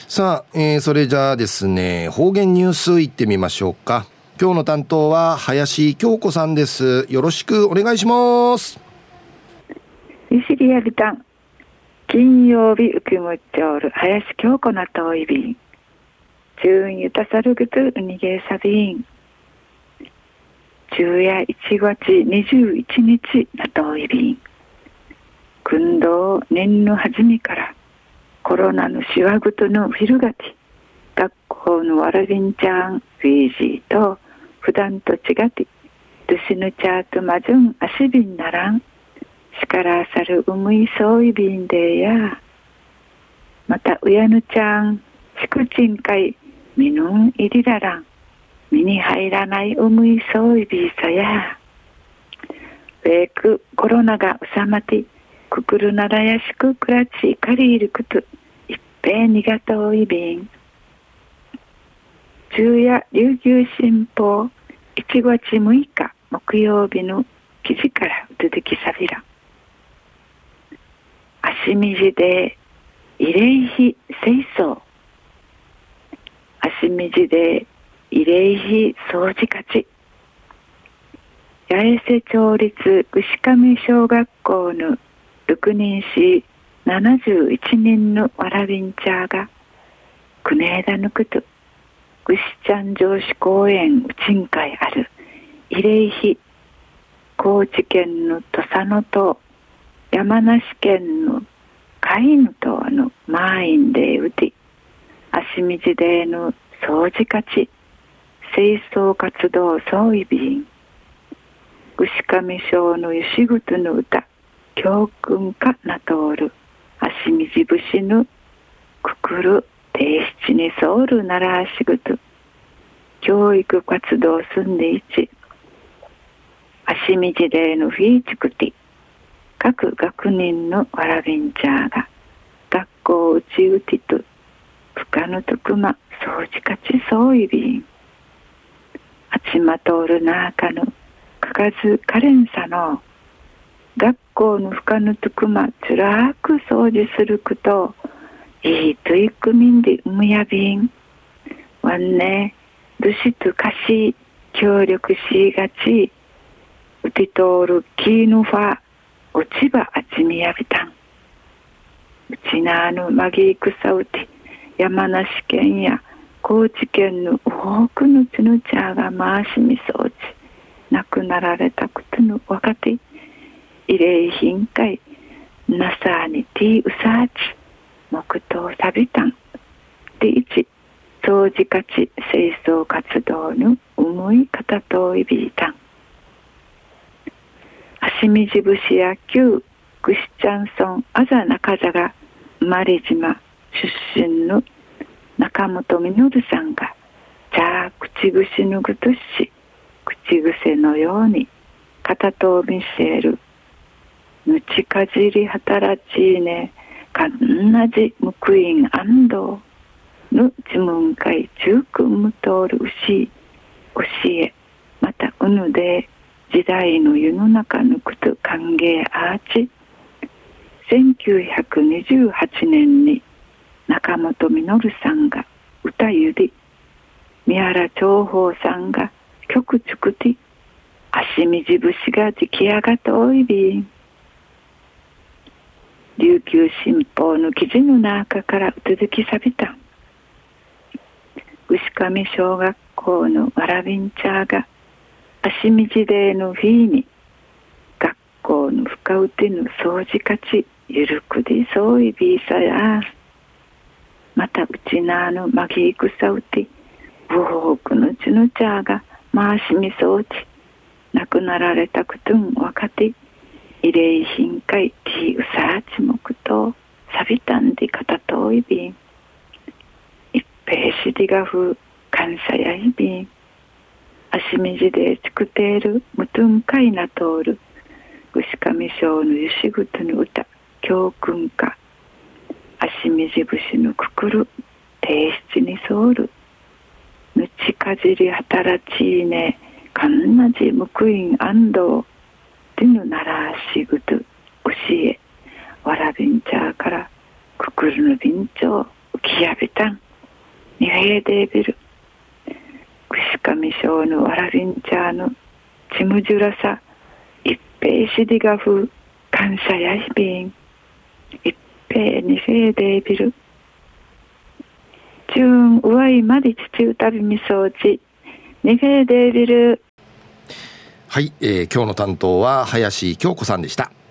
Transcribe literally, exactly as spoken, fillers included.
さあ、えー、それじゃあですね、方言ニュースいってみましょうか。今日の担当は林京子さんです。よろしくお願いします。 ゆしりやびたん金曜日うきむっちょる林京子なといびん中ゆたさるぐつうにげさびん昼夜いちがつにじゅういちにちなといびん訓導年のはじめからコロナのしわぐとのフィルガティ学校のわらびんちゃんフィージーと普段と違ってドシヌチャーとマジュンアシビンならんしからさるうむいそういびんでやまたうやぬちゃんしくちんかいみぬんいりららん身に入らないうむいそういびさやウェークコロナがうさまてくくるならやしくくらちかりいるくと一平にがとういびん昼夜琉球新報いちがつむいか木曜日の記事からうつづきさびら足みじで慰霊碑清掃足みじで慰霊碑掃除勝ち八重瀬町立牛上小学校のろくにんしななじゅういちにんのわらびんちゃーがくねえだぬくとぐしちゃん城址公園うちんかいある慰霊碑高知県の土佐野と山梨県の海野島の満員でうて足みじでの掃除勝ち清掃活動総意びん牛上省のゆしぐとの歌教訓かなとおる足みじ節のくくる提出にソウルならしぐと教育活動すんでいち足みじでのフィーチクティ各学年のわらびんちゃーが学校うちうちと深のとくま掃除かちそういびんあちまとおるなかのかかずかれんさの学校の深のとくまつらく掃除することいいといくみんでうむやびんわんねどしとかし協力しがちうてとおるきぬファおちばあちみやびたんうちなあのまぎくさうて山梨県や高知県の多くのつぬちゃが回しみそうち亡くなられたことの若手慰霊品会なさにティーウサーチ黙祷さびたんでいち掃除かち清掃活動の思い方といびいたん足みじ節や旧ぐしちゃん村あざ中座が生まれ島出身の中本実さんがじゃあ口癖のぐとし口癖のように片と見せるぬちかじり働ちねかんなじむくいん安藤の自分会中君むとおるうし教えまたうぬで時代の世の中のこと歓迎アーチせんきゅうひゃくにじゅうはちねんに中本実さんが歌ゆり三原長宝さんが曲作り足みじ節が出来上がっておいびん琉球新報の記事の中から続きさびた牛上小学校のわらびんちゃーが足みじでの日に学校の深うての掃除かちゆるくでそういびいさやまたうちなのまぎいくさうてぶほうくのちのちゃーが回しみそうち亡くなられたくとん若手慰霊品会ティーウサーチ目とさびたんで片といびん一平しりがふ感謝やいびん足みじでつくているむとんかいなとおるぐしかみしょうのゆしぐとの歌教訓か足みじ節のくくる提出にそうるぬちかじり働ちねかんなじむくいん安藤てぬならしぐと教えわらびんちゃーからくくるのびんちょう受きやびたんにへいでビルくしかみしょうぬわらびんちゃーぬちむじゅらさいっぺいしりがふ感謝やひびんいっぺいにへいでビルちゅんうわいまりちちうたびみそうちにへいでビル。 はい、えー、今日の担当は林京子さんでした。